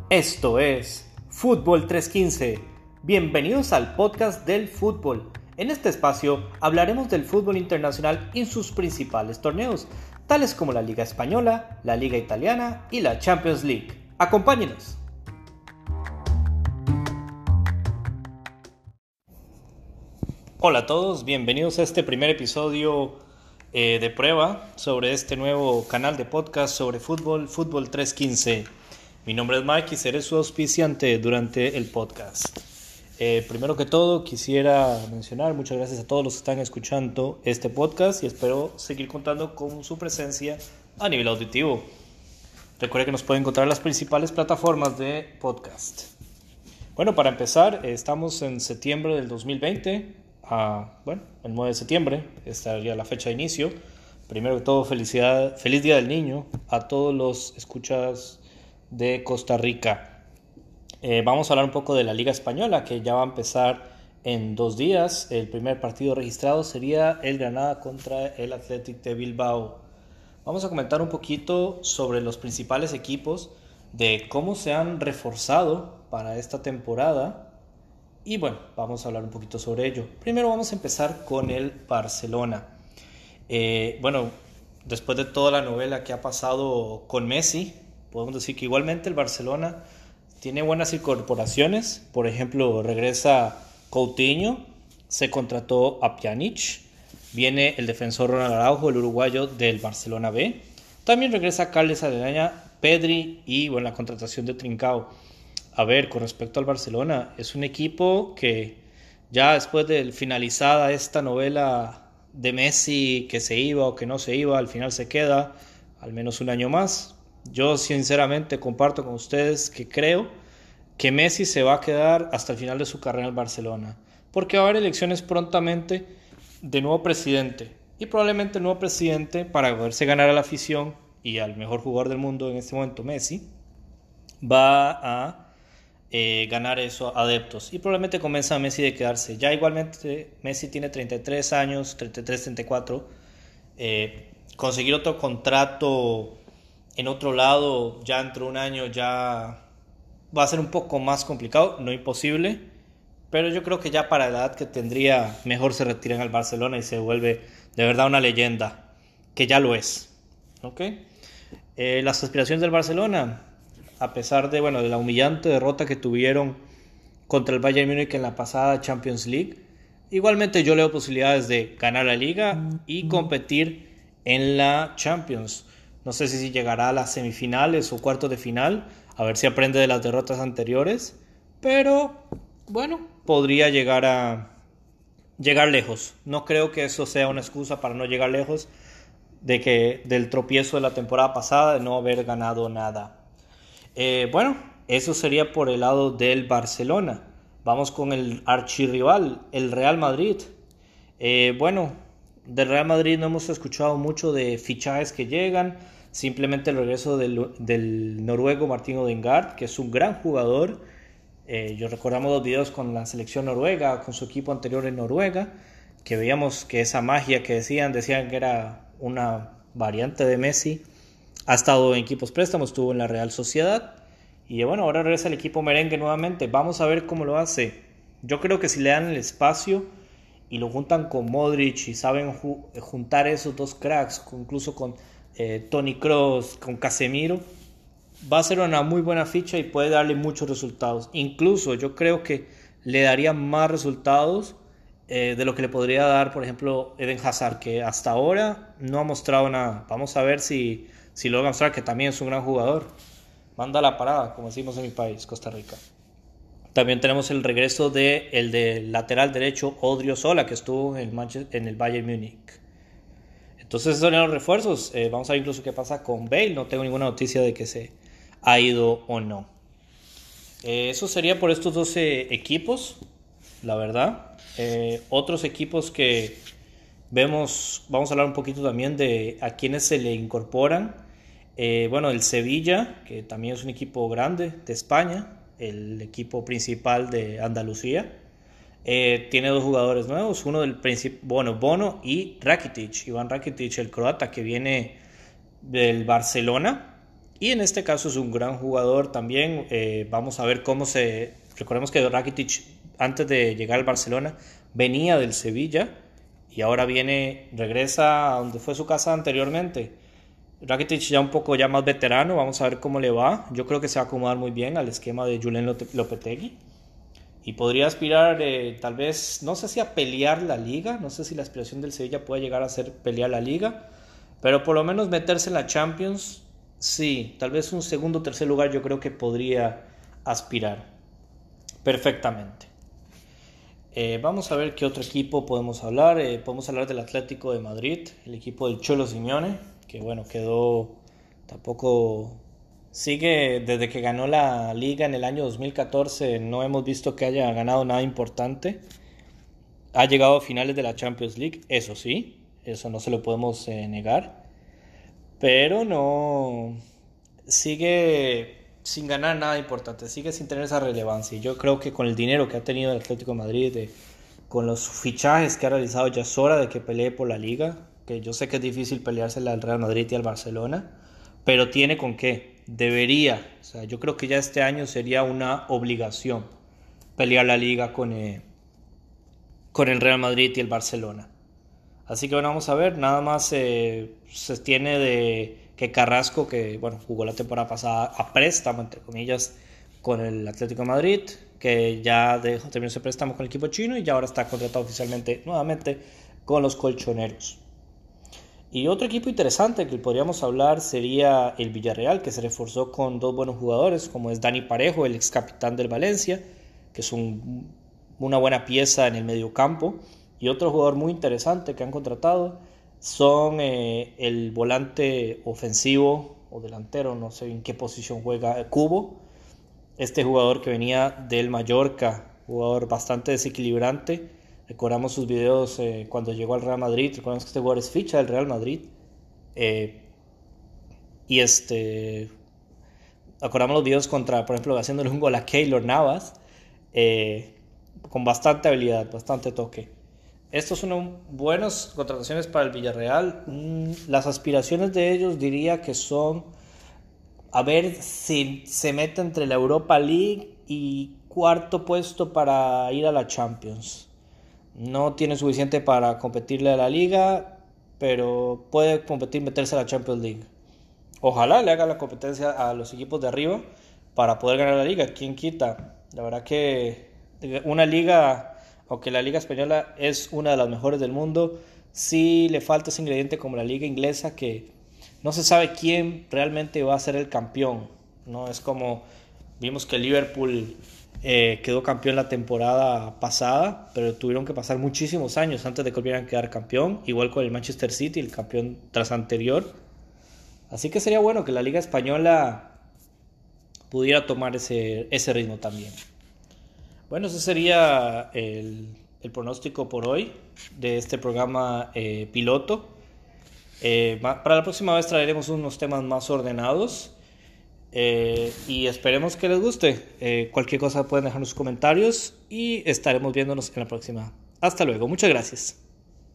Esto es Fútbol 315. Bienvenidos al podcast del fútbol. En este espacio hablaremos del fútbol internacional y sus principales torneos, tales como la Liga Española, la Liga Italiana y la Champions League. Acompáñenos. Hola a todos, bienvenidos a este primer episodio de prueba sobre este nuevo canal de podcast sobre fútbol, Fútbol 315. Mi nombre es Mike y seré su auspiciante durante el podcast. Primero que todo quisiera mencionar muchas gracias a todos los que están escuchando este podcast y espero seguir contando con su presencia a nivel auditivo. Recuerden que nos pueden encontrar en las principales plataformas de podcast. Bueno, para empezar, estamos en septiembre del 2020. El 9 de septiembre estaría la fecha de inicio. Primero que todo, feliz Día del Niño a todos los escuchas de Costa Rica. Vamos a hablar un poco de la Liga Española, que ya va a empezar en 2 días. El primer partido registrado sería el Granada contra el Athletic de Bilbao. Vamos a comentar un poquito sobre los principales equipos, de cómo se han reforzado para esta temporada. Y bueno, vamos a hablar un poquito sobre ello. Primero vamos a empezar con el Barcelona. Después de toda la novela que ha pasado con Messi, podemos decir que igualmente el Barcelona tiene buenas incorporaciones. Por ejemplo, regresa Coutinho, se contrató a Pjanic, viene el defensor Ronald Araujo, el uruguayo del Barcelona B. También regresa Carles Arena, Pedri y la contratación de Trincao. A ver, con respecto al Barcelona, es un equipo que ya después de finalizada esta novela de Messi, que se iba o que no se iba, al final se queda al menos un año más. Yo sinceramente comparto con ustedes que creo que Messi se va a quedar hasta el final de su carrera en el Barcelona, porque va a haber elecciones prontamente de nuevo presidente, y probablemente el nuevo presidente, para poderse ganar a la afición y al mejor jugador del mundo en este momento, Messi, va a ganar esos adeptos y probablemente convenza a Messi de quedarse. Ya igualmente Messi tiene 33 años, 33, 34. Conseguir otro contrato en otro lado ya dentro de un año ya va a ser un poco más complicado, no imposible, pero yo creo que ya para la edad que tendría, mejor se retira en el Barcelona y se vuelve de verdad una leyenda, que ya lo es. ¿Okay? Las aspiraciones del Barcelona, a pesar de la humillante derrota que tuvieron contra el Bayern Múnich en la pasada Champions League, igualmente yo leo posibilidades de ganar la Liga y competir en la Champions. No sé si llegará a las semifinales o cuartos de final, a ver si aprende de las derrotas anteriores, pero podría llegar lejos. No creo que eso sea una excusa para no llegar lejos del tropiezo de la temporada pasada, de no haber ganado nada. Eso sería por el lado del Barcelona. Vamos con el archirrival, el Real Madrid. Del Real Madrid no hemos escuchado mucho de fichajes que llegan. Simplemente el regreso del noruego Martin Odegaard, que es un gran jugador. Yo recordamos los videos con la selección noruega, con su equipo anterior en Noruega, que veíamos que esa magia que decían que era una variante de Messi. Ha estado en equipos préstamos, estuvo en la Real Sociedad y ahora regresa al equipo merengue nuevamente. Vamos a ver cómo lo hace. Yo creo que si le dan el espacio y lo juntan con Modric y saben juntar esos dos cracks, incluso con Toni Kroos, con Casemiro, va a ser una muy buena ficha y puede darle muchos resultados. Incluso yo creo que le daría más resultados de lo que le podría dar, por ejemplo, Eden Hazard, que hasta ahora no ha mostrado nada. Vamos a ver si logra mostrar que también es un gran jugador. Manda la parada, como decimos en mi país, Costa Rica. También tenemos el regreso del lateral derecho Odriozola, que estuvo en el Bayern Múnich. Entonces esos son los refuerzos. Vamos a ver incluso qué pasa con Bale. No tengo ninguna noticia de que se ha ido o no. Eso sería por estos 12 equipos, la verdad. Otros equipos que vemos, vamos a hablar un poquito también de a quienes se le incorporan. El Sevilla, que también es un equipo grande de España, el equipo principal de Andalucía, tiene 2 jugadores nuevos, uno del Bono y Rakitic, Iván Rakitic, el croata que viene del Barcelona Y en este caso es un gran jugador también. Vamos a ver cómo se... Recordemos que Rakitic, antes de llegar al Barcelona, venía del Sevilla y ahora regresa a donde fue su casa anteriormente. Rakitic ya un poco ya más veterano, vamos a ver cómo le va. Yo creo que se va a acomodar muy bien al esquema de Julen Lopetegui y podría aspirar tal vez, no sé si a pelear la liga, no sé si la aspiración del Sevilla puede llegar a ser pelear la liga, pero por lo menos meterse en la Champions, sí, tal vez un segundo o tercer lugar yo creo que podría aspirar perfectamente. Vamos a ver qué otro equipo podemos hablar. Podemos hablar del Atlético de Madrid, el equipo del Cholo Simeone, que bueno, quedó tampoco... Sigue desde que ganó la liga en el año 2014, no hemos visto que haya ganado nada importante. Ha llegado a finales de la Champions League, eso sí, eso no se lo podemos negar, pero no sigue sin ganar nada importante, sigue sin tener esa relevancia. Y yo creo que con el dinero que ha tenido el Atlético de Madrid, con los fichajes que ha realizado, ya es hora de que pelee por la liga, que yo sé que es difícil peleársela al Real Madrid y al Barcelona, pero tiene con qué, debería, o sea, yo creo que ya este año sería una obligación pelear la liga con el Real Madrid y el Barcelona. Así que bueno, vamos a ver, nada más se tiene de que Carrasco, que bueno, jugó la temporada pasada a préstamo, entre comillas, con el Atlético de Madrid, que ya terminó ese préstamo con el equipo chino y ya ahora está contratado oficialmente nuevamente con los colchoneros. Y otro equipo interesante que podríamos hablar sería el Villarreal, que se reforzó con dos buenos jugadores, como es Dani Parejo, el ex capitán del Valencia, que es una buena pieza en el mediocampo. Y otro jugador muy interesante que han contratado son el volante ofensivo o delantero, no sé en qué posición juega, Cubo. Este jugador que venía del Mallorca, jugador bastante desequilibrante. Recordamos sus videos cuando llegó al Real Madrid. Recordamos que este jugador es ficha del Real Madrid. Eh, y acordamos los videos contra, por ejemplo, haciéndole un gol a Keylor Navas. Con bastante habilidad, bastante toque. Estos son buenas contrataciones para el Villarreal. Las aspiraciones de ellos diría que son a ver si se mete entre la Europa League y cuarto puesto para ir a la Champions. No tiene suficiente para competirle a la Liga, pero puede competir, meterse a la Champions League. Ojalá le haga la competencia a los equipos de arriba para poder ganar la Liga. ¿Quién quita? La verdad que una liga, aunque la Liga Española es una de las mejores del mundo, sí le falta ese ingrediente como la Liga Inglesa, que no se sabe quién realmente va a ser el campeón. No es como vimos que el Liverpool quedó campeón la temporada pasada, pero tuvieron que pasar muchísimos años antes de que volvieran a quedar campeón, igual con el Manchester City, el campeón tras anterior. Así que sería bueno que la Liga Española pudiera tomar ese ritmo también. Bueno, ese sería el pronóstico por hoy de este programa piloto. Para la próxima vez traeremos unos temas más ordenados y esperemos que les guste. Cualquier cosa pueden dejar en sus comentarios y estaremos viéndonos en la próxima. Hasta luego, muchas gracias.